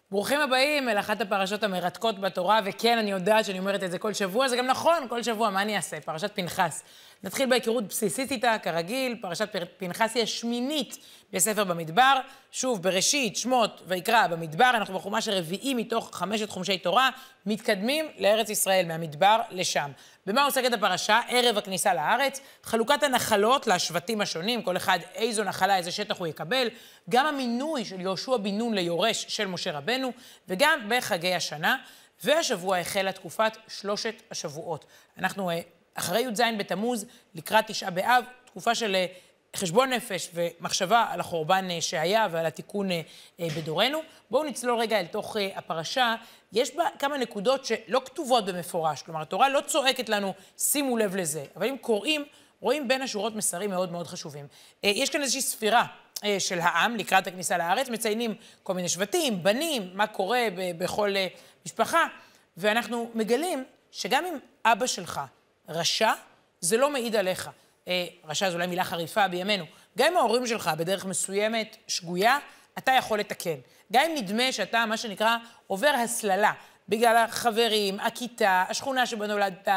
ברוכים הבאים אל אחת הפרשות המרתקות בתורה, וכן, אני יודעת שאני אומרת את זה כל שבוע, זה גם נכון, כל שבוע, מה אני אעשה? פרשת פנחס. נתחיל בהיכרות בסיסית איתה, כרגיל, פרשת פנחס היא השמינית בספר במדבר, שוב, בראשית, שמות ויקרא במדבר, אנחנו בחומש הרביעי מתוך 5 חומשי תורה, מתקדמים לארץ ישראל, מהמדבר לשם. במה עוסקת הפרשה? ערב הכניסה לארץ, חלוקת הנחלות לשבטים השונים, כל אחד איזו נחלה, איזה שטח הוא יקבל, גם המינוי של יהושע בן נון ליורש של משה רבנו, וגם בחגי השנה, והשבוע החלה תקופת 3 השבועות. אנחנו אחרי י"ז בתמוז, לקראת 9 באב, תקופה של חשבון נפש ומחשבה על החורבן שהיה ועל התיקון בדורנו. בואו נצלול רגע אל תוך הפרשה. יש בה כמה נקודות שלא כתובות במפורש, כלומר, התורה לא צועקת לנו, שימו לב לזה. אבל אם קוראים, רואים בין השורות מסרים מאוד מאוד חשובים. יש כאן איזושהי ספירה של העם לקראת הכניסה לארץ, מציינים כל מיני שבטים, בנים, מה קורה בכל משפחה, ואנחנו מגלים שגם אם אבא שלך רשע, זה לא מעיד עליך. רשע זו אולי מילה חריפה בימינו. גם אם ההורים שלך בדרך מסוימת שגויה, אתה יכול לתקן. גם אם נדמה שאתה, מה שנקרא, עובר הסללה, בגלל החברים, הכיתה, השכונה שבה נולדת,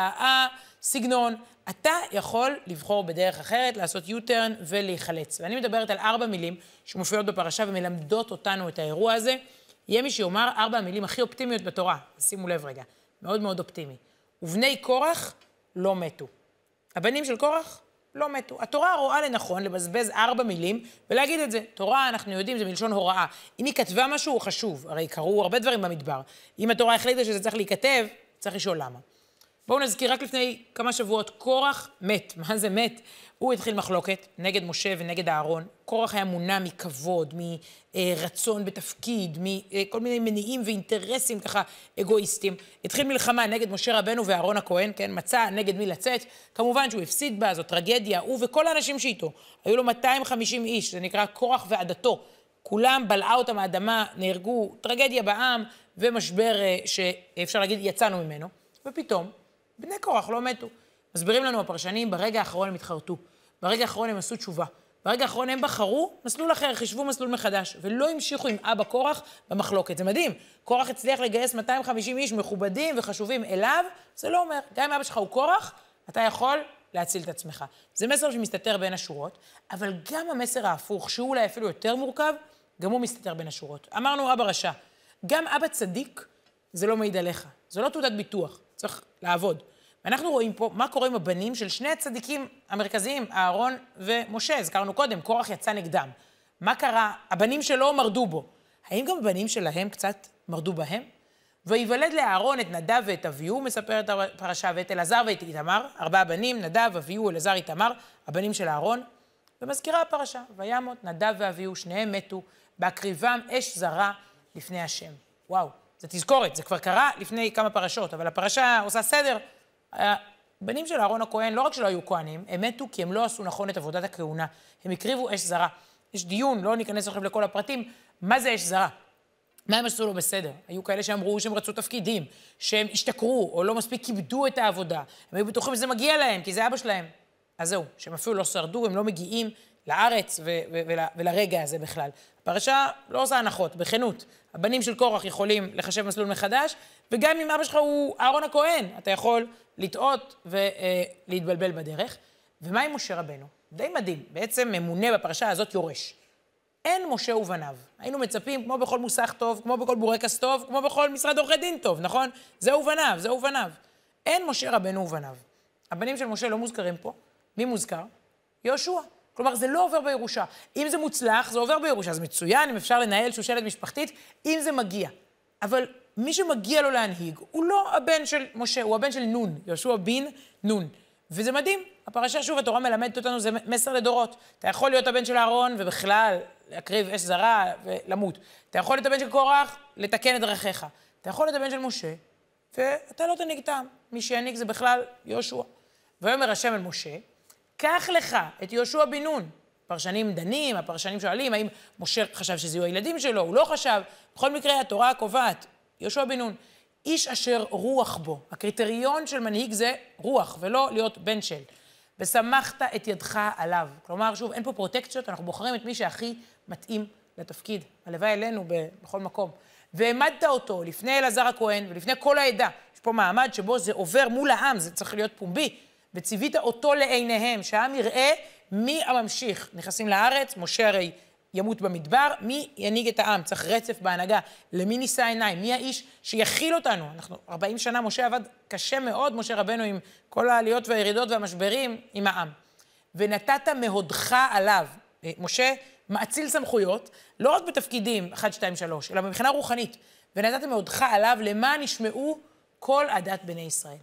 הסגנון, אתה יכול לבחור בדרך אחרת, לעשות U-turn ולהיחלץ. ואני מדברת על 4 מילים שמופיעות בפרשה ומלמדות אותנו את האירוע הזה. יהיה מי שיאמר 4 המילים הכי אופטימיות בתורה. שימו לב רגע, מאוד מאוד אופטימי. ובני קורח לא מתו. הבנים של קורח לא מתו. התורה רואה לנכון לבזבז 4 מילים ולהגיד את זה. תורה, אנחנו יודעים, זה מלשון הוראה. אם היא כתבה משהו, הוא חשוב. הרי קראו הרבה דברים במדבר. אם התורה החליטה שזה צריך להיכתב, צריך לשאול למה. בואו נזכיר, רק לפני כמה שבועות, קורח מת. מה זה מת? הוא התחיל מחלוקת נגד משה ונגד אהרון. קורח היה מונע מכבוד, מרצון בתפקיד, מכל מיני מניעים ואינטרסים ככה אגואיסטים. התחיל מלחמה נגד משה רבנו ואהרון הכהן, כן? מצא נגד מי לצאת. כמובן שהוא הפסיד בה, זאת טרגדיה. הוא וכל האנשים שאיתו. היו לו 250 איש, זה נקרא קורח ועדתו. כולם בלעה אותם האדמה, נהרגו, טרגדיה בעם ומשבר שאפשר להגיד יצאנו ממנו. ופתאום בני קורח לא מתו. מסבירים לנו הפרשנים, ברגע האחרון הם התחרטו. ברגע האחרון הם עשו תשובה. ברגע האחרון הם בחרו מסלול אחר, חישבו מסלול מחדש, ולא המשיכו עם אבא קורח במחלוקת. זה מדהים. קורח הצליח לגייס 250 איש מכובדים וחשובים אליו, זה לא אומר, גם אם אבא שלך הוא קורח, אתה יכול להציל את עצמך. זה מסר שמסתתר בין השורות, אבל גם המסר ההפוך, שהוא אולי אפילו יותר מורכב, גם הוא מסתתר בין השורות. אמרנו אבא רשע. גם אבא צדיק, זה לא מעיד עליך. זה לא תעודת ביטוח. צריך לעבוד. ואנחנו רואים פה מה קורה עם הבנים של שני הצדיקים המרכזיים, אהרון ומשה. הזכרנו קודם, קורח יצא נגדם. מה קרה? הבנים שלו מרדו בו. האם גם הבנים שלהם קצת מרדו בהם? ויוולד לאהרון את נדב ואת אביהו, מספרת הפרשה, ואת אלעזר ואת איתמר, 4 בנים, נדב, אביהו, אלעזר, איתמר, הבנים של אהרון. ומזכירה הפרשה, וימות נדב ואביהו, שניהם מתו, בהקריבם אש זרה לפני השם. וואו. זה תזכורת, זה כבר קרה לפני כמה פרשות, אבל הפרשה עושה סדר. הבנים של אהרון הכהן, לא רק שלא היו כהנים, הם מתו כי הם לא עשו נכון את עבודת הכהונה. הם הקריבו אש זרה. יש דיון, לא ניכנס עכשיו לכל הפרטים, מה זה אש זרה? מה הם עשו לו בסדר? היו כאלה שאמרו שהם רצו תפקידים, שהם השתכרו או לא מספיק כיבדו את העבודה. הם היו בטוחים שזה מגיע להם, כי זה אבא שלהם. אז זהו, שהם אפילו לא שרדו, הם לא מגיעים לארץ ולרגע הזה בכלל. הפרשה לא עושה הנחות, בכנות. הבנים של קורח יכולים לחשב מסלול מחדש, וגם אם אבא שלך הוא אהרון הכהן, אתה יכול לטעות ולהתבלבל בדרך. ומה עם משה רבנו? די מדהים. בעצם ממונה בפרשה הזאת יורש. אין משה ובניו. היינו מצפים, כמו בכל מוסך טוב, כמו בכל בורקס טוב, כמו בכל משרד עורכי דין טוב, נכון? זהו בניו, זהו בניו. אין משה רבנו ובניו. הבנים של משה לא מוזכרים פה. מי מוזכר? יהושע. כלומר, זה לא עובר בירושה. אם זה מוצלח, זה עובר בירושה. זה מצוין, אם אפשר לנהל שושלת משפחתית, אם זה מגיע. אבל מי שמגיע לו להנהיג, הוא לא הבן של משה, הוא הבן של נון, יהושע בן נון. וזה מדהים. הפרשה, שוב, התורה מלמדת אותנו, זה מסר לדורות. אתה יכול להיות הבן של אהרון, ובכלל, להקריב אש זרה ולמות. אתה יכול להיות הבן של קורח, לתקן את דרכיך. אתה יכול להיות הבן של משה, ואתה לא תנהיג טעם. מי שינהיג זה בכלל יהושע. ויאמר השם אל משה, קח לך את יהושע בן נון. פרשנים דנים, הפרשנים שואלים, האם משה חשב שזה יהיו הילדים שלו, הוא לא חשב. בכל מקרה, התורה קובעת, יהושע בן נון, איש אשר רוח בו. הקריטריון של מנהיג זה רוח, ולא להיות בן של. ושמחת את ידך עליו. כלומר, שוב, אין פה פרוטקציות, אנחנו בוחרים את מי שהכי מתאים לתפקיד. הלוואי אלינו בכל מקום. והעמדת אותו לפני אלעזר הכהן ולפני כל העדה. יש פה מעמד שבו זה עובר מול העם, זה צריך להיות פומבי, וציווית אותו לעיניהם, שהעם יראה מי הממשיך. נכנסים לארץ, משה הרי ימות במדבר, מי ינהיג את העם? צריך רצף בהנהגה. למי נישא עיניים? מי האיש שיכיל אותנו? אנחנו 40 שנה, משה עבד קשה מאוד, משה רבנו, עם כל העליות והירידות והמשברים עם העם. ונתת מהודך עליו. משה מאציל סמכויות, לא רק בתפקידים 1, 2, 3, אלא מבחינה רוחנית. ונתת מהודך עליו למען ישמעו כל עדת בני ישראל.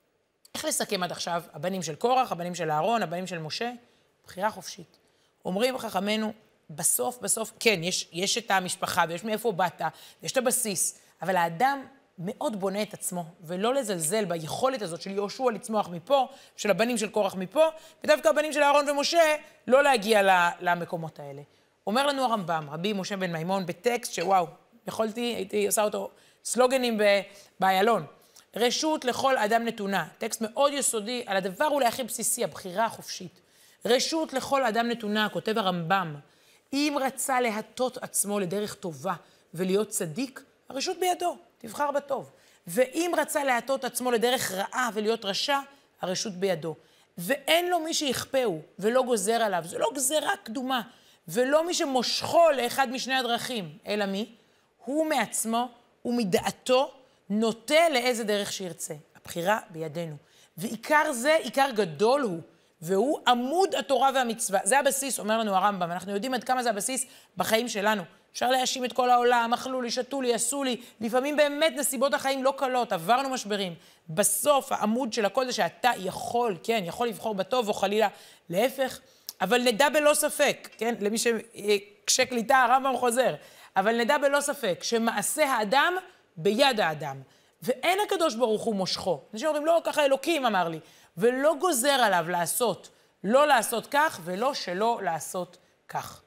איך לסכם עד עכשיו? הבנים של קורח, הבנים של אהרון, הבנים של משה, בחירה חופשית. אומרים חכמינו, בסוף, כן, יש את המשפחה, ויש מאיפה באת, ויש את הבסיס, אבל האדם מאוד בונה את עצמו, ולא לזלזל ביכולת הזאת של יהושע לצמוח מפה, של הבנים של קורח מפה, ודווקא הבנים של אהרון ומשה, לא להגיע למקומות האלה. אומר לנו הרמב"ם, רבי משה בן מימון, בטקסט שוואו, הייתי עושה אותו סלוגנים באיילון. רשות לכל אדם נתונה, טקסט מאוד יסודי על הדבר אולי הכי בסיסי, הבחירה החופשית. רשות לכל אדם נתונה, כותב הרמב"ם, אם רצה להטות עצמו לדרך טובה ולהיות צדיק, הרשות בידו, תבחר בטוב. ואם רצה להטות עצמו לדרך רעה ולהיות רשע, הרשות בידו. ואין לו מי שיכפהו ולא גוזר עליו, זה לא גזרה קדומה, ולא מי שמושכו לאחד משני הדרכים, אלא מי? הוא מעצמו ומדעתו נוטה לאיזה דרך שירצה. הבחירה בידינו. ועיקר זה, עיקר גדול הוא, והוא עמוד התורה והמצווה. זה הבסיס, אומר לנו הרמב"ם. אנחנו יודעים עד כמה זה הבסיס בחיים שלנו. אפשר להאשים את כל העולם, אכלו לי, שתו לי, עשו לי. לפעמים באמת נסיבות החיים לא קלות, עברנו משברים. בסוף העמוד של הכל זה שאתה יכול, כן, יכול לבחור בטוב או חלילה להפך, אבל נדע בלא ספק, כן, למי שקשה קליטה הרמב"ם חוזר, אבל נדע בלא ספק שמעשה האדם ביד האדם. ואין הקדוש ברוך הוא מושכו. אנשים אומרים, לא, ככה אלוקים אמר לי. ולא גוזר עליו לעשות, לא לעשות כך, ולא שלא לעשות כך.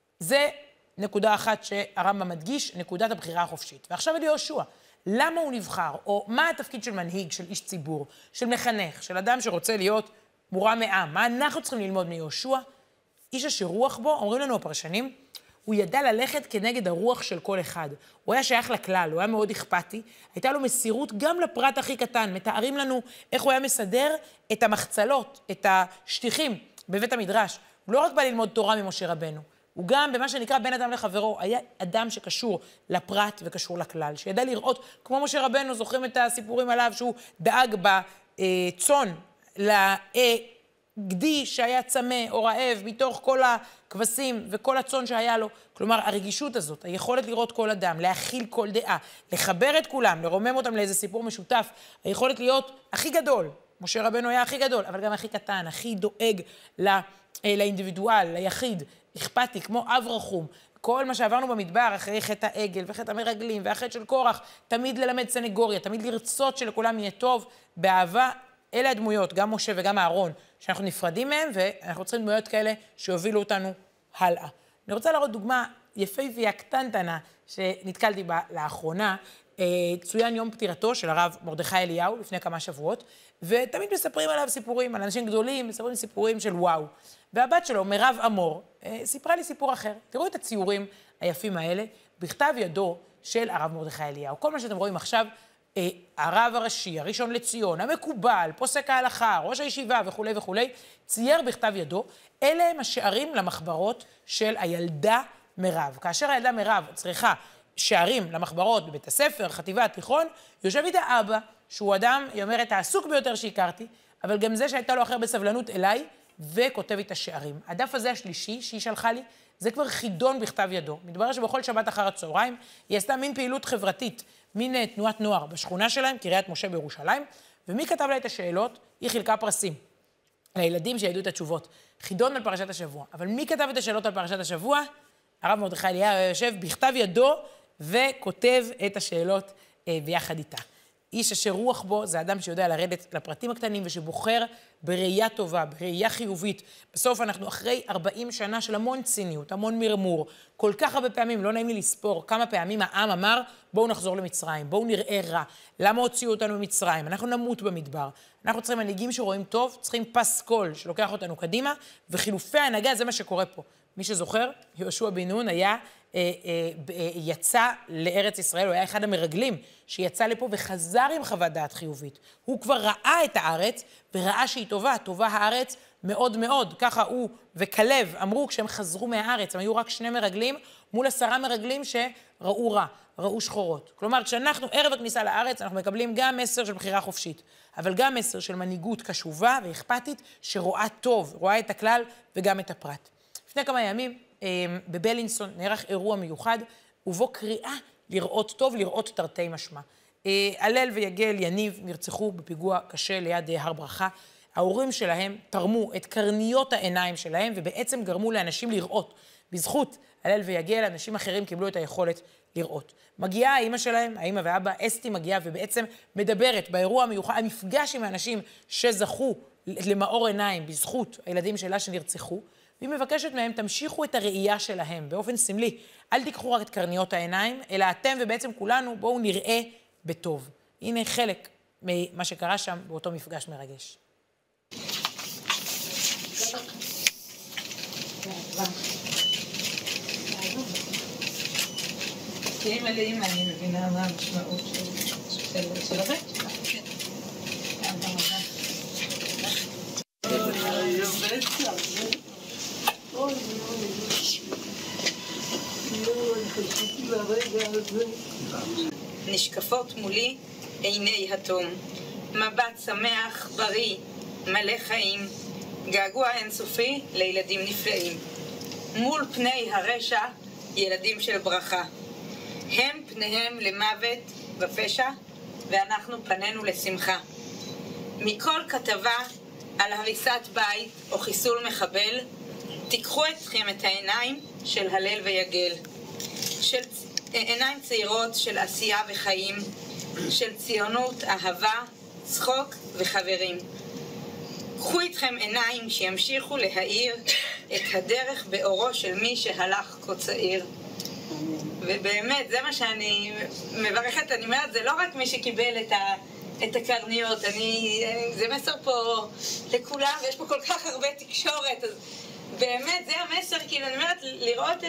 זה נקודה אחת שהרמב"ם מדגיש, נקודת הבחירה החופשית. ועכשיו אל יהושע, למה הוא נבחר, או מה התפקיד של מנהיג, של איש ציבור, של מחנך, של אדם שרוצה להיות מורם מעם? מה אנחנו צריכים ללמוד מיהושע? איש אשר רוח בו, אומרים לנו הפרשנים, הוא ידע ללכת כנגד הרוח של כל אחד. הוא היה שייך לכלל, הוא היה מאוד אכפתי, הייתה לו מסירות גם לפרט הכי קטן. מתארים לנו איך הוא היה מסדר את המחצלות, את השטיחים בבית המדרש. הוא לא רק בא ללמוד תורה ממשה רבנו, הוא גם במה שנקרא בין אדם לחברו, היה אדם שקשור לפרט וקשור לכלל, שידע לראות, כמו משה רבנו, זוכרים את הסיפורים עליו, שהוא דאג בצאן גדי שהיה צמא או רעב מתוך כל הכבשים וכל הצאן שהיה לו. כלומר, הרגישות הזאת, היכולת לראות כל אדם, להכיל כל דעה, לחבר את כולם, לרומם אותם לאיזה סיפור משותף, היכולת להיות הכי גדול. משה רבנו היה הכי גדול, אבל גם הכי קטן, הכי דואג לאינדיבידואל, ליחיד, אכפתי, כמו אב רחום. כל מה שעברנו במדבר, אחרי חטא העגל וחטא המרגלים והחטא של קורח, תמיד ללמד סנגוריה, תמיד לרצות שלכולם יהיה טוב, באהבה. אלה הדמויות, גם משה וגם אהרון, שאנחנו נפרדים מהם, ואנחנו צריכים דמויות כאלה שיובילו אותנו הלאה. אני רוצה להראות דוגמה יפהפייה קטנטנה שנתקלתי בה לאחרונה. צוין יום פטירתו של הרב מרדכי אליהו לפני כמה שבועות, ותמיד מספרים עליו סיפורים, על אנשים גדולים, מספרים סיפורים של וואו. והבת שלו, מירב אמור, סיפרה לי סיפור אחר. תראו את הציורים היפים האלה, בכתב ידו של הרב מרדכי אליהו. כל מה שאתם רואים עכשיו, הרב הראשי, הראשון לציון, המקובל, פוסק ההלכה, ראש הישיבה וכו' וכו', צייר בכתב ידו, אלה הם השערים למחברות של הילדה מירב. כאשר הילדה מירב צריכה שערים למחברות בבית הספר, חטיבה, תיכון, יושב איתה אבא, שהוא אדם, היא אומרת, העסוק ביותר שהכרתי, אבל גם זה שהייתה לו אחר בסבלנות אליי, וכותב איתה שערים. הדף הזה השלישי שהיא שלחה לי, זה כבר חידון בכתב ידו. מתברר שבכל שבת אחר הצהריים, היא עשתה מין פעילות חברתית, מין תנועת נוער בשכונה שלהם, קריית משה בירושלים, ומי כתב לה את השאלות? היא חילקה פרסים לילדים שידעו את התשובות. חידון על פרשת השבוע. אבל מי כתב את השאלות על פרשת השבוע? הרב מרדכי אליהו יושב בכתב ידו וכותב את השאלות ביחד איתה. איש אשר רוח בו זה אדם שיודע לרדת לפרטים הקטנים ושבוחר בראייה טובה, בראייה חיובית. בסוף אנחנו אחרי 40 שנה של המון ציניות, המון מרמור. כל כך הרבה פעמים, לא נעים לי לספור, כמה פעמים העם אמר, בואו נחזור למצרים, בואו נראה רע. למה הוציאו אותנו ממצרים? אנחנו נמות במדבר. אנחנו צריכים מנהיגים שרואים טוב, צריכים פסקול שלוקח אותנו קדימה, וחילופי ההנהגה זה מה שקורה פה. מי שזוכר, יהושע בן נון היה, יצא לארץ ישראל, הוא היה אחד המרגלים שיצא לפה וחזר עם חוות דעת חיובית. הוא כבר ראה את הארץ וראה שהיא טובה, טובה הארץ מאוד מאוד. ככה הוא וכלב אמרו כשהם חזרו מהארץ, הם היו רק 2 מרגלים מול 10 מרגלים שראו רע, ראו שחורות. כלומר, כשאנחנו ערב הכניסה לארץ, אנחנו מקבלים גם מסר של בחירה חופשית, אבל גם מסר של מנהיגות קשובה ואכפתית שרואה טוב, רואה את הכלל וגם את הפרט. לפני כמה ימים בבלינסון נערך אירוע מיוחד, ובו קריאה לראות טוב, לראות תרתי משמע. הלל ויגל יניב נרצחו בפיגוע קשה ליד הר ברכה. ההורים שלהם תרמו את קרניות העיניים שלהם, ובעצם גרמו לאנשים לראות. בזכות הלל ויגל, אנשים אחרים קיבלו את היכולת לראות. מגיעה האמא שלהם, האמא ואבא, אסתי מגיעה ובעצם מדברת באירוע המיוחד, המפגש עם האנשים שזכו למאור עיניים בזכות הילדים שלה שנרצחו, והיא מבקשת מהם, תמשיכו את הראייה שלהם באופן סמלי. אל תיקחו רק את קרניות העיניים, אלא אתם ובעצם כולנו בואו נראה בטוב. הנה חלק ממה שקרה שם באותו מפגש מרגש. כי אימא לאמא אני מבינה מה המשמעות של הבית. נשקפות מולי עיני התום, מבט שמח, בריא, מלא חיים, געגוע אינסופי לילדים נפלאים. מול פני הרשע, ילדים של ברכה. הם פניהם למוות ופשע, ואנחנו פנינו לשמחה. מכל כתבה על הריסת בית או חיסול מחבל, תיקחו אתכם את העיניים של הלל ויגל. של עיניים צעירות של עשייה וחיים, של ציונות, אהבה, צחוק וחברים. קחו איתכם עיניים שימשיכו להאיר את הדרך באורו של מי שהלך כה צעיר. ובאמת, זה מה שאני מברכת, אני אומרת, זה לא רק מי שקיבל את הקרניות, זה מסר פה לכולם, ויש פה כל כך הרבה תקשורת, אז באמת, זה המסר, כאילו, אני אומרת, לראות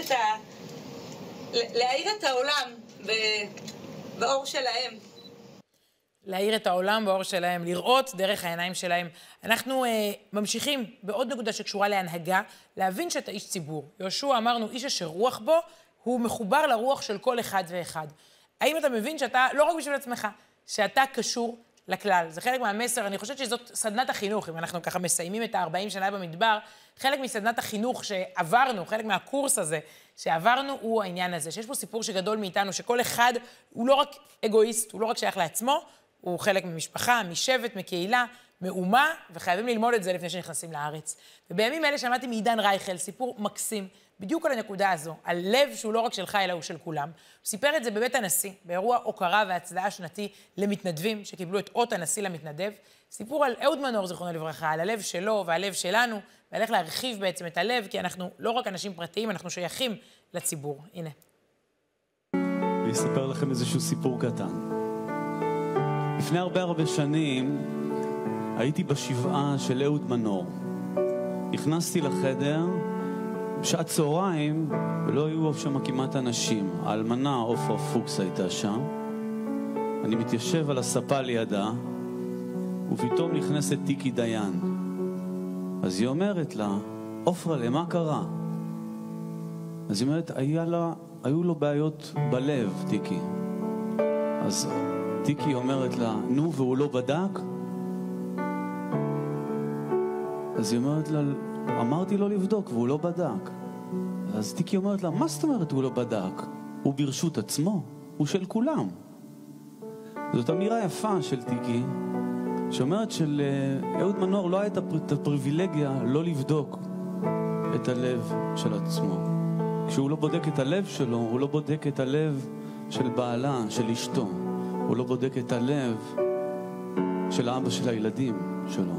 להאיר את העולם באור שלהם. להאיר את העולם באור שלהם, לראות דרך העיניים שלהם. אנחנו ממשיכים בעוד נקודה שקשורה להנהגה, להבין שאתה איש ציבור. יהושע אמרנו, איש אשר רוח בו, הוא מחובר לרוח של כל אחד ואחד. האם אתה מבין שאתה, לא רק בשביל עצמך, שאתה קשור לכלל? זה חלק מהמסר, אני חושבת שזאת סדנת החינוך, אם אנחנו ככה מסיימים את 40 שנה במדבר, חלק מסדנת החינוך שעברנו, חלק מהקורס הזה שעברנו הוא העניין הזה, שיש פה סיפור שגדול מאיתנו, שכל אחד הוא לא רק אגואיסט, הוא לא רק שייך לעצמו, הוא חלק ממשפחה, משבט, מקהילה, מאומה, וחייבים ללמוד את זה לפני שנכנסים לארץ. ובימים אלה שמעתי מעידן רייכל, סיפור מקסים, בדיוק על הנקודה הזו, על לב שהוא לא רק שלך, אלא הוא של כולם. הוא סיפר את זה בבית הנשיא, באירוע הוקרה והצדעה שנתי למתנדבים, שקיבלו את אות הנשיא למתנדב. סיפור על אהוד מנור, זיכרונו לברכה, על הלב שלו והלב שלנו, ועל איך להרחיב בעצם את הלב, כי אנחנו לא רק אנשים פרטיים, אנחנו שייכים לציבור. הנה. אני אספר לכם איזשהו סיפור קטן. לפני הרבה שנים הייתי בשבעה של אהוד מנור. נכנסתי לחדר בשעת צהריים, ולא היו שם כמעט אנשים. האלמנה עופרה פוקס הייתה שם. אני מתיישב על הספה לידה, ופתאום נכנסת טיקי דיין. אז היא אומרת לה, עופרה, למה קרה? אז היא אומרת, היו לו בעיות בלב, טיקי. אז טיקי אומרת לה, נו, והוא לא בדק? אז היא אומרת לה, אמרתי לו לבדוק, והוא לא בדק. אז טיקי אומרת לה, מה זאת אומרת הוא לא בדק? הוא ברשות עצמו, הוא של כולם. זאת אמירה יפה של טיקי, שאומרת שלאהוד מנור לא הייתה את הפריבילגיה לא לבדוק את הלב של עצמו. כשהוא לא בודק את הלב שלו, הוא לא בודק את הלב של בעלה, של אשתו. הוא לא בודק את הלב של האבא של הילדים שלו.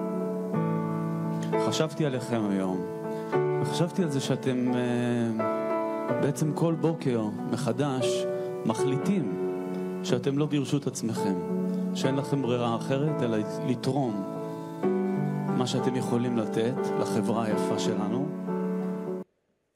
חשבתי עליכם היום, וחשבתי על זה שאתם בעצם כל בוקר מחדש מחליטים שאתם לא ברשות עצמכם, שאין לכם ברירה אחרת אלא לתרום מה שאתם יכולים לתת לחברה היפה שלנו.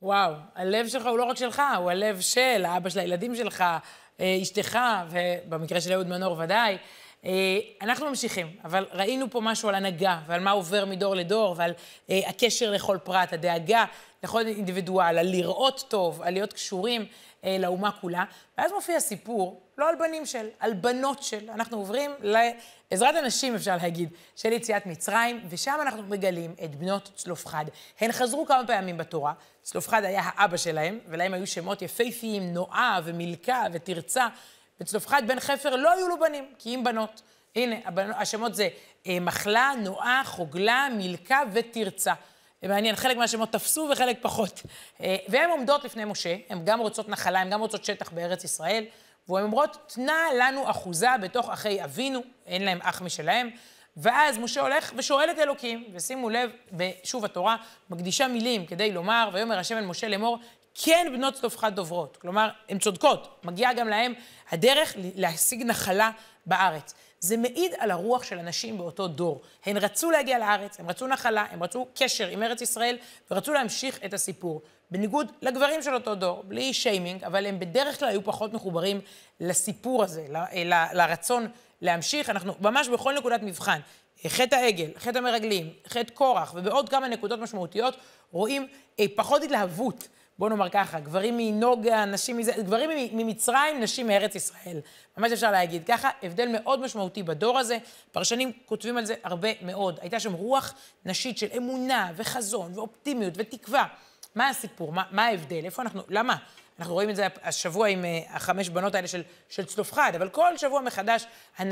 וואו, הלב שלך הוא לא רק שלך, הוא הלב של האבא של הילדים שלך, אשתך, ובמקרה של אהוד מנור ודאי. אנחנו ממשיכים, אבל ראינו פה משהו על הנהגה, ועל מה עובר מדור לדור, ועל הקשר לכל פרט, הדאגה לכל אינדיבידואל, על לראות טוב, על להיות קשורים לאומה כולה. ואז מופיע סיפור, לא על בנים של, על בנות של. אנחנו עוברים לעזרת הנשים, אפשר להגיד, של יציאת מצרים, ושם אנחנו מגלים את בנות צלופחד. הן חזרו כמה פעמים בתורה, צלופחד היה האבא שלהם, ולהם היו שמות יפהפיים, נועה ומילכה ותרצה, וצלופחד בן חפר לא היו לו בנים, כי אם בנות. הנה, השמות זה מחלה, נועה, חוגלה, מילכה ותרצה. מעניין, חלק מהשמות תפסו וחלק פחות. והן עומדות לפני משה, הן גם רוצות נחלה, הן גם רוצות שטח בארץ ישראל, והן אומרות, תנה לנו אחוזה בתוך אחי אבינו, אין להם אח משלהם, ואז משה הולך ושואל את אלוקים, ושימו לב, בשוב התורה, מקדישה מילים כדי לומר, ויאמר השם אל משה לאמור, כן בנות צלופחד דוברות. כלומר, הן צודקות, מגיעה גם להם הדרך להשיג נחלה בארץ. זה מעיד על הרוח של אנשים באותו דור. הן רצו להגיע לארץ, הן רצו נחלה, הן רצו קשר עם ארץ ישראל, ורצו להמשיך את הסיפור. בניגוד לגברים של אותו דור, בלי שיימינג, אבל הם בדרך כלל היו פחות מחוברים לסיפור הזה, לרצון להמשיך. אנחנו ממש בכל נקודת מבחן, חטא העגל, חטא המרגלים, חטא קורח, ובעוד כמה נקודות משמעותיות, רואים פחות התלהבות. בוא נאמר ככה, גברים מנוגה, נשים מזה, גברים ממצרים, נשים מארץ ישראל. ממש אפשר להגיד ככה, הבדל מאוד משמעותי בדור הזה, פרשנים כותבים על זה הרבה מאוד. הייתה שם רוח נשית של אמונה וחזון ואופטימיות ותקווה. מה הסיפור? מה ההבדל? איפה אנחנו, למה? אנחנו רואים את זה השבוע עם 5 בנות האלה של צלופחד, אבל כל שבוע מחדש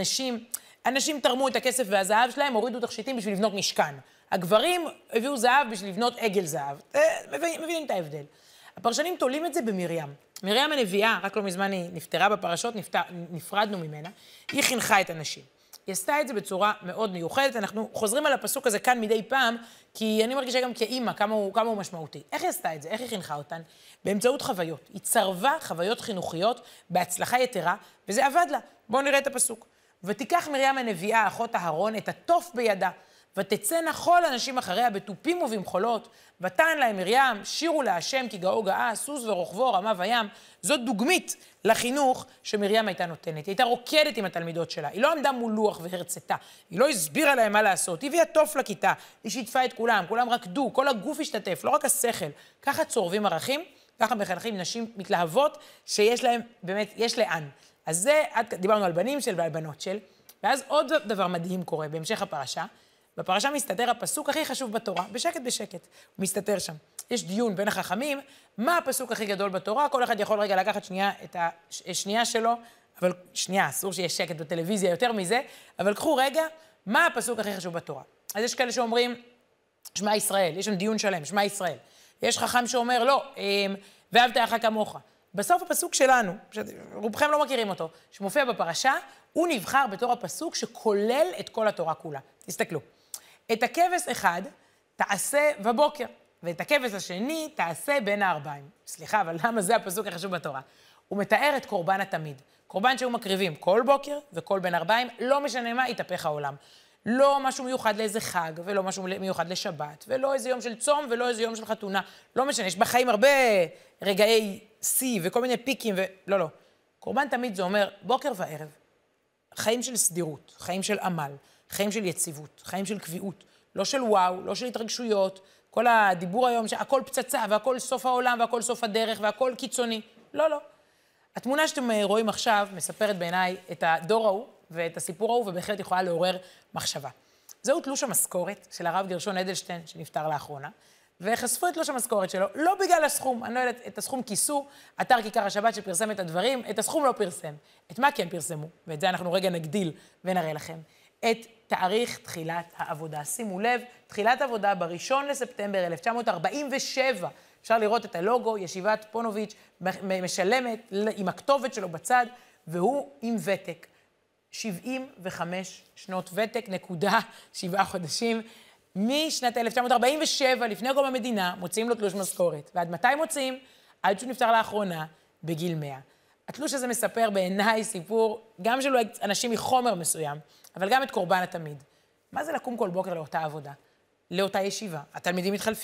אנשים תרמו את הכסף והזהב שלהם, הורידו תכשיטים בשביל לבנות משכן. הגברים הביאו זהב בשביל לבנות עגל זהב. מבינים את ההבדל. הפרשנים תולים את זה במרים. מרים הנביאה, רק לא מזמן היא נפטרה בפרשות, נפרדנו ממנה, היא חינכה את הנשים. היא עשתה את זה בצורה מאוד מיוחדת, אנחנו חוזרים על הפסוק הזה כאן מדי פעם, כי אני מרגישה גם כאימא כמה הוא משמעותי. איך היא עשתה את זה? איך היא חינכה אותן? באמצעות חוויות. היא צרבה חוויות חינוכיות בהצלחה יתרה, וזה עבד לה. בואו נראה את הפסוק. ותיקח מרים הנביאה, אחות אהרון, את התוף בידה, ותצאנה כל אנשים אחריה בתופים ובמחולות, ותען להם מרים, שירו להשם כי גאו גאה, סוס ורוכבו רמה וים. זאת דוגמית לחינוך שמרים הייתה נותנת. היא הייתה רוקדת עם התלמידות שלה, היא לא עמדה מול לוח והרצתה, היא לא הסבירה להם מה לעשות, היא הביאה תוף לכיתה, היא שיתפה את כולם, כולם רקדו, כל הגוף השתתף, לא רק השכל. ככה צורבים ערכים, ככה מחנכים נשים מתלהבות שיש להם, באמת, יש לאן. אז זה, דיברנו על בנים של ועל בנות של, ואז עוד דבר מדהים קורה בהמשך הפרשה. בפרשה מסתתר הפסוק הכי חשוב בתורה, בשקט בשקט, הוא מסתתר שם. יש דיון בין החכמים, מה הפסוק הכי גדול בתורה, כל אחד יכול רגע לקחת שנייה את השנייה שלו, אבל שנייה, אסור שיהיה שקט בטלוויזיה יותר מזה, אבל קחו רגע, מה הפסוק הכי חשוב בתורה. אז יש כאלה שאומרים, שמע ישראל, יש שם דיון שלם, שמע ישראל. יש חכם שאומר, לא, ואהבת לך כמוך. בסוף הפסוק שלנו, רובכם לא מכירים אותו, שמופיע בפרשה, הוא נבחר בתור הפסוק שכולל את כל התורה כולה. תסתכלו. את הכבש אחד תעשה בבוקר, ואת הכבש השני תעשה בין הערביים. סליחה, אבל למה זה הפסוק החשוב בתורה? הוא מתאר את קורבן התמיד. קורבן שהיו מקריבים כל בוקר וכל בין ערביים, לא משנה מה, יתהפך העולם. לא משהו מיוחד לאיזה חג, ולא משהו מיוחד לשבת, ולא איזה יום של צום, ולא איזה יום של חתונה. לא משנה, יש בחיים הרבה רגעי שיא וכל מיני פיקים, לא. קורבן תמיד זה אומר בוקר וערב. חיים של סדירות, חיים של עמל, חיים של יציבות, חיים של קביעות. לא של וואו, לא של התרגשויות. כל הדיבור היום שהכל פצצה, והכל סוף העולם, והכל סוף הדרך, והכל קיצוני. לא. התמונה שאתם רואים עכשיו מספרת בעיניי את הדור ההוא, ואת הסיפור ההוא, ובהחלט יכולה לעורר מחשבה. זהו תלוש המשכורת של הרב גרשון אדלשטיין, שנפטר לאחרונה, וחשפו את תלוש המשכורת שלו, לא בגלל הסכום, אני לא יודעת, את הסכום כיסו, אתר כיכר השבת שפרסם את הדברים, את הסכום לא פרסם. את מה כן פרסמו? ואת זה אנחנו רגע נגדיל ונראה לכם. את תאריך תחילת העבודה. שימו לב, תחילת עבודה ב1 לספטמבר 1947. אפשר לראות את הלוגו, ישיבת פונוביץ' משלמת עם הכתובת שלו בצד, והוא עם ותק. 75 שנות ותק, 7 חודשים. משנת 1947, לפני קום המדינה, מוציאים לו תלוש משכורת. ועד מתי מוציאים? עד שהוא נפטר לאחרונה, בגיל 100. התלוש הזה מספר בעיניי סיפור, גם שלו אנשים מחומר מסוים, אבל גם את קורבן התמיד. מה זה לקום כל בוקר לאותה עבודה? לאותה ישיבה? התלמידים מתחלפים.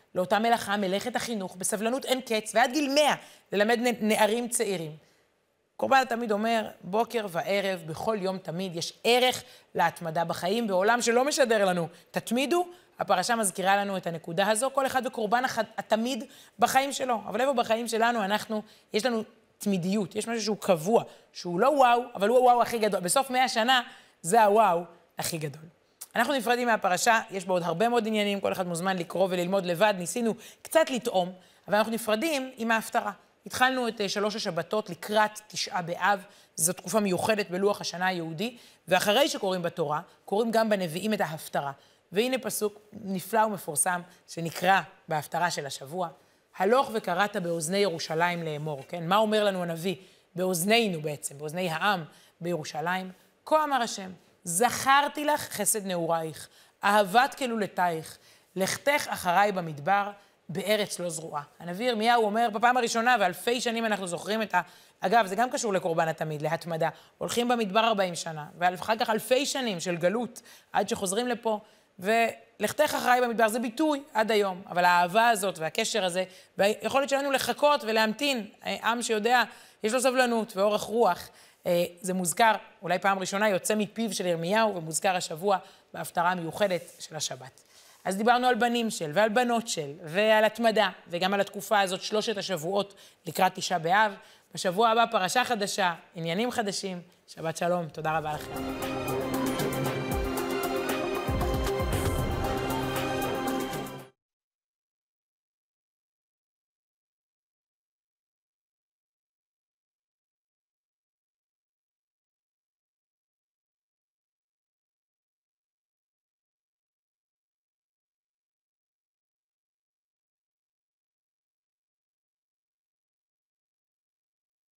לאותה מלאכה, מלאכת החינוך, בסבלנות אין קץ, ועד גיל 100 ללמד נערים צעירים. קורבן התמיד אומר, בוקר וערב, בכל יום תמיד, יש ערך להתמדה בחיים, בעולם שלא משדר לנו. תתמידו, הפרשה מזכירה לנו את הנקודה הזו, כל אחד בקורבן התמיד בחיים שלו. אבל איפה בחיים שלנו יש לנו תמידיות, יש משהו שהוא קבוע, שהוא לא וואו, אבל הוא הוואו הכי גדול. בסוף 100 שנה, זה הוואו הכי גדול. אנחנו נפרדים מהפרשה, יש בה עוד הרבה מאוד עניינים, כל אחד מוזמן לקרוא וללמוד לבד, ניסינו קצת לטעום, אבל אנחנו נפרדים עם ההפטרה. התחלנו את 3 השבתות לקראת 9 באב, זו תקופה מיוחדת בלוח השנה היהודי, ואחרי שקוראים בתורה, קוראים גם בנביאים את ההפטרה. והנה פסוק נפלא ומפורסם שנקרא בהפטרה של השבוע, הלוך וקראת באוזני ירושלים לאמור, כן? מה אומר לנו הנביא? באוזנינו בעצם, באוזני העם בירושלים. כה אמר השם, זכרתי לך חסד נעורייך, אהבת כלולתייך, לכתך אחריי במדבר, בארץ לא זרועה. הנביא ירמיהו אומר, בפעם הראשונה, ואלפי שנים אנחנו זוכרים אגב, זה גם קשור לקורבן התמיד, להתמדה. הולכים במדבר 40 שנה, ואחר כך אלפי שנים של גלות, עד שחוזרים לפה, ולכתך אחריי במדבר, זה ביטוי עד היום. אבל האהבה הזאת והקשר הזה, והיכולת שלנו לחכות ולהמתין, עם שיודע, יש לו סבלנות ואורך רוח, זה מוזכר, אולי פעם ראשונה, יוצא מפיו של ירמיהו, ומוזכר השבוע בהפטרה המיוחדת של השבת. אז דיברנו על בנים של, ועל בנות של, ועל התמדה, וגם על התקופה הזאת, 3 השבועות לקראת 9 באב. בשבוע הבא פרשה חדשה, עניינים חדשים. שבת שלום, תודה רבה לכם.